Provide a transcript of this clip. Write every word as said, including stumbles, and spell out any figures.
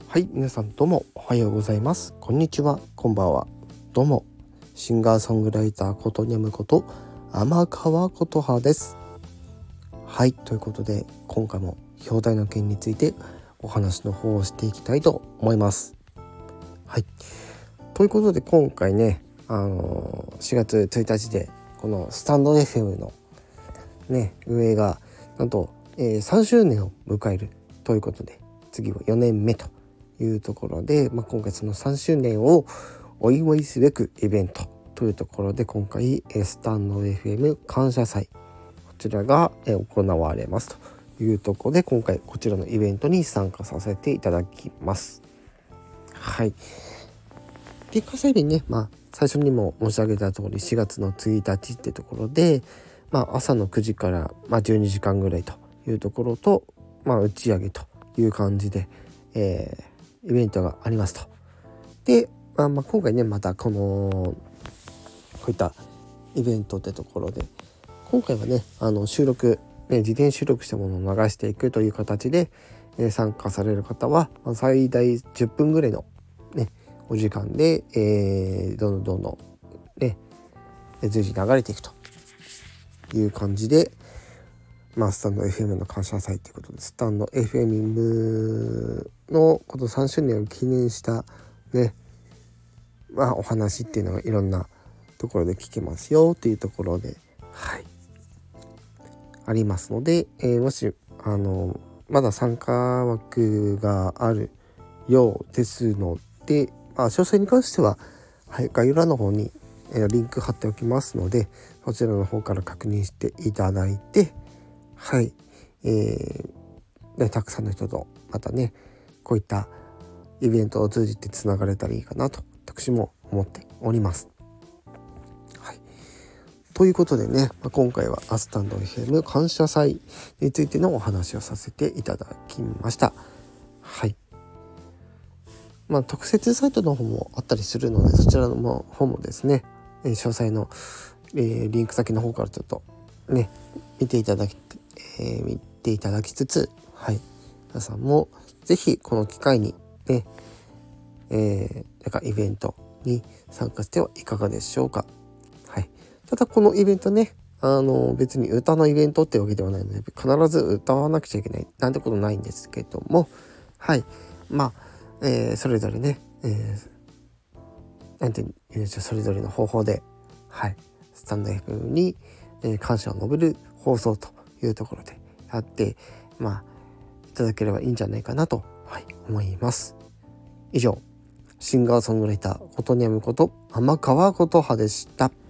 はい、皆さんどうもおはようございます。こんにちは、こんばんは。どうも、シンガーソングライターことにゃむこと天川琴葉です。はい、ということで今回も表題の件についてお話の方をしていきたいと思います。はい、ということで今回ね、あのー、しがつついたちでこのスタンド エフエム のね運営がなんと、えー、さんしゅうねんを迎えるということで、次はよねんめというところで、まあ、今回そのさんしゅうねんをお祝いすべくイベントというところで、今回スタンド エフエム 感謝祭、こちらが行われますというところで、今回こちらのイベントに参加させていただきます。はい。で、開催日ね、まあ最初にも申し上げた通りしがつのついたちってところで、まあ、朝のくじから、まあ、じゅうにじかんぐらいというところと、まあ、打ち上げという感じで、えーイベントがありますと。で、まあ、まあ今回ねまたこのこういったイベントってところで、今回はねあの収録、ね、事前収録したものを流していくという形で、えー、参加される方は、まあ、最大じゅっぷんぐらいの、ね、お時間で、えー、どんどんどんどんね随時流れていくという感じで、まあ、スタンド エフエム の感謝祭ということで、スタンド エフエム のこのさんしゅうねんを記念したね、まあ、お話っていうのがいろんなところで聞けますよっていうところで、はい、ありますので、えー、もしあのまだ参加枠があるようですので、まあ、詳細に関しては、はい、概要欄の方に、えー、リンク貼っておきますので、そちらの方から確認していただいて、はい、えーね、たくさんの人とまたねこういったイベントを通じてつながれたらいいかなと私も思っております。はい、ということでね、まあ、今回はアスタンド エフエム 感謝祭についてのお話をさせていただきました。はい。まあ、特設サイトの方もあったりするので、そちらの方もですね、詳細の、えー、リンク先の方からちょっとね見ていただきえー、見ていただきつつ、はい、皆さんもぜひこの機会にね、えー、なんかイベントに参加してはいかがでしょうか。はい、ただこのイベントね、あの別に歌のイベントってわけではないので、必ず歌わなくちゃいけないなんてことないんですけども、はい、まあ、えー、それぞれね、えー、なんていうそれぞれの方法で、はい、スタンド エフエム に、えー、感謝を述べる放送というところでやってまあいただければいいんじゃないかなと、はい、思います。以上、シンガーソングライターことにゃむこと天川琴葉でした。